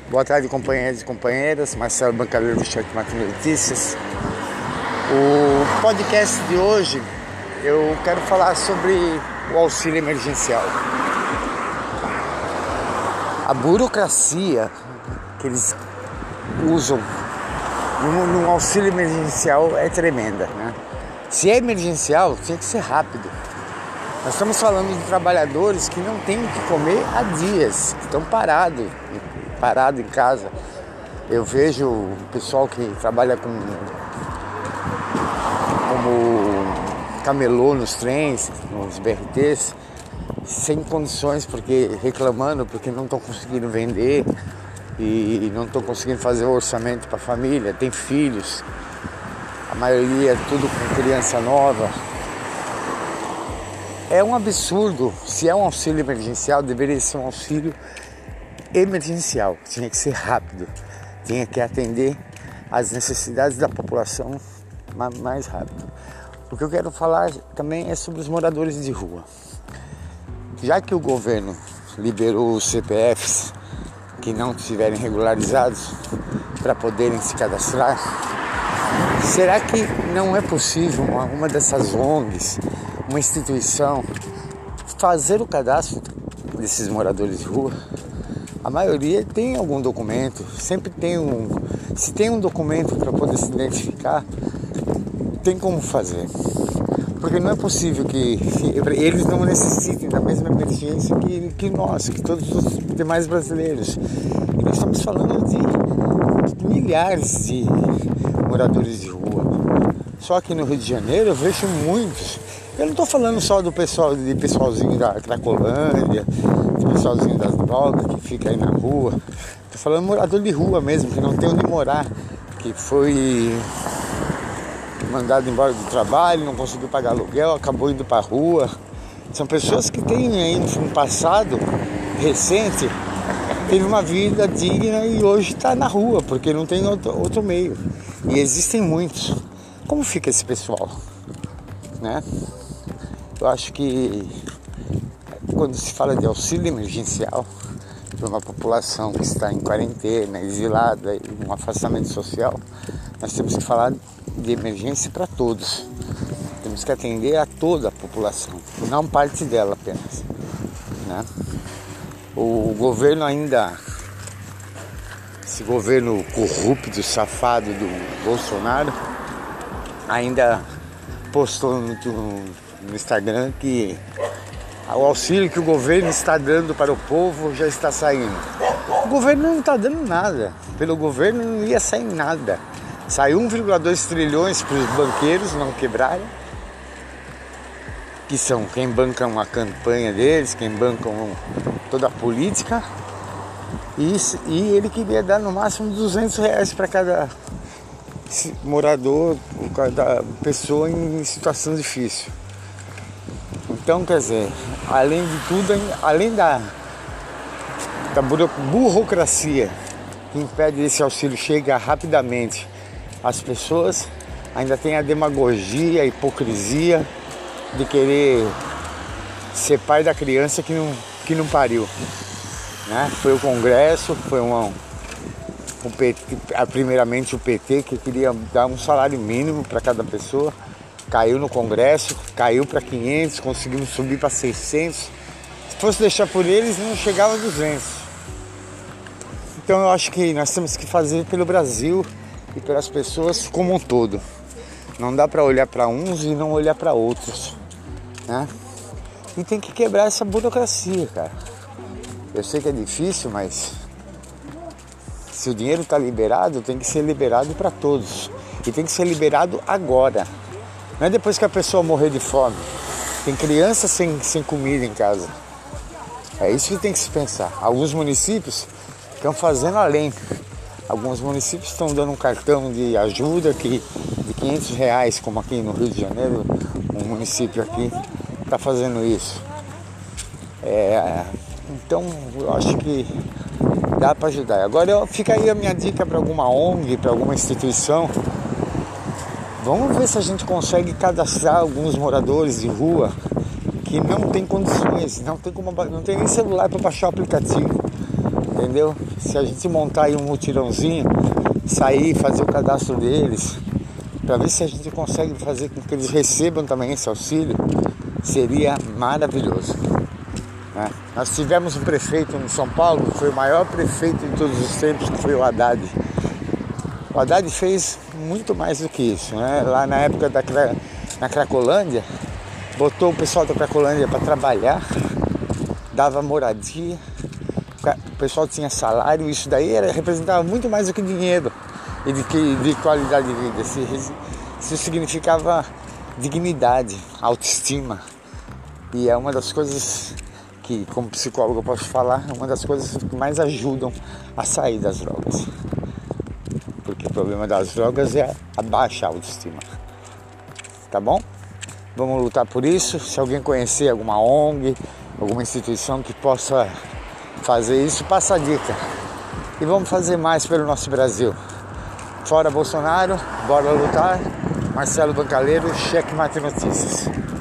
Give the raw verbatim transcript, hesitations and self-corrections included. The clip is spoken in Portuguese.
Boa tarde, companheiros e companheiras. Marcelo Bancadeiro do Checkmate Notícias. O podcast de hoje eu quero falar sobre o auxílio emergencial. A burocracia que eles usam no, no auxílio emergencial é tremenda, né? Se é emergencial, tinha que ser rápido. Nós estamos falando de trabalhadores que não têm o que comer há dias, que estão parados, parados em casa. Eu vejo o pessoal que trabalha com, como camelô nos trens, nos B R Ts, sem condições, porque reclamando, porque não estão conseguindo vender e não estão conseguindo fazer o orçamento para a família, tem filhos, a maioria tudo com criança nova. É um absurdo. Se é um auxílio emergencial, deveria ser um auxílio emergencial. Tinha que ser rápido. Tinha que atender às necessidades da população mais rápido. O que eu quero falar também é sobre os moradores de rua. Já que o governo liberou os C P Fs que não estiverem regularizados para poderem se cadastrar, será que não é possível uma, uma dessas O N Gs, uma instituição, fazer o cadastro desses moradores de rua? A maioria tem algum documento, sempre tem um. Se tem um documento para poder se identificar, tem como fazer. Porque não é possível que, que eles não necessitem da mesma emergência que, que nós, que todos os demais brasileiros. E nós estamos falando de, de milhares de moradores de rua. Só que no Rio de Janeiro eu vejo muitos. Eu não estou falando só do pessoal, de pessoalzinho da Cracolândia, do pessoalzinho das drogas que fica aí na rua. Estou falando morador de rua mesmo, que não tem onde morar, que foi mandado embora do trabalho, não conseguiu pagar aluguel, acabou indo para a rua. São pessoas que têm aí um passado recente, teve uma vida digna e hoje está na rua, porque não tem outro, outro meio. E existem muitos. Como fica esse pessoal, né? Eu acho que quando se fala de auxílio emergencial para uma população que está em quarentena, exilada, em um afastamento social, nós temos que falar de emergência para todos. Temos que atender a toda a população, não parte dela apenas, né? O governo ainda, esse governo corrupto, safado do Bolsonaro, ainda postou no, no Instagram que o auxílio que o governo está dando para o povo já está saindo. O governo não está dando nada. Pelo governo não ia sair nada. Saiu um vírgula dois trilhões para os banqueiros não quebrarem, que são quem bancam a campanha deles, quem bancam toda a política. E, e ele queria dar no máximo duzentos reais para cada morador, cada pessoa em situação difícil. Então, quer dizer, além de tudo, além da, da burocracia que impede esse auxílio chegar rapidamente às pessoas, ainda tem a demagogia, a hipocrisia de querer ser pai da criança que não, que não pariu, né? Foi o Congresso, foi uma, o P T, primeiramente o P T, que queria dar um salário mínimo para cada pessoa, caiu no Congresso, caiu para quinhentos, conseguimos subir para seiscentos. Se fosse deixar por eles, não chegava a duzentos. Então eu acho que nós temos que fazer pelo Brasil e pelas pessoas como um todo. Não dá para olhar para uns e não olhar para outros, né? E tem que quebrar essa burocracia, cara. Eu sei que é difícil, mas se o dinheiro está liberado, tem que ser liberado para todos. E tem que ser liberado agora. Não é depois que a pessoa morrer de fome. Tem criança sem, sem comida em casa. É isso que tem que se pensar. Alguns municípios estão fazendo além. Alguns municípios estão dando um cartão de ajuda que, de quinhentos reais, como aqui no Rio de Janeiro, um município aqui está fazendo isso. É, então, eu acho que dá para ajudar. Agora, eu, fica aí a minha dica para alguma O N G, para alguma instituição. Vamos ver se a gente consegue cadastrar alguns moradores de rua que não tem condições, não tem, como, não tem nem celular para baixar o aplicativo. entendeu? Se a gente montar aí um mutirãozinho, sair, fazer o cadastro deles, para ver se a gente consegue fazer com que eles recebam também esse auxílio, seria maravilhoso, né? Nós tivemos um prefeito em São Paulo, que foi o maior prefeito de todos os tempos, que foi o Haddad. O Haddad fez muito mais do que isso, né? Lá na época da na Cracolândia, botou o pessoal da Cracolândia para trabalhar, dava moradia, o pessoal tinha salário, isso daí era, representava muito mais do que dinheiro e de, que, de qualidade de vida. Isso, isso significava dignidade, autoestima. E é uma das coisas que, como psicólogo, eu posso falar, é uma das coisas que mais ajudam a sair das drogas. Porque o problema das drogas é a baixa autoestima. Tá bom? Vamos lutar por isso. Se alguém conhecer alguma O N G, alguma instituição que possa fazer isso, passa a dica. E vamos fazer mais pelo nosso Brasil. Fora Bolsonaro, bora lutar. Marcelo Bancaleiro, Checkmate Notícias.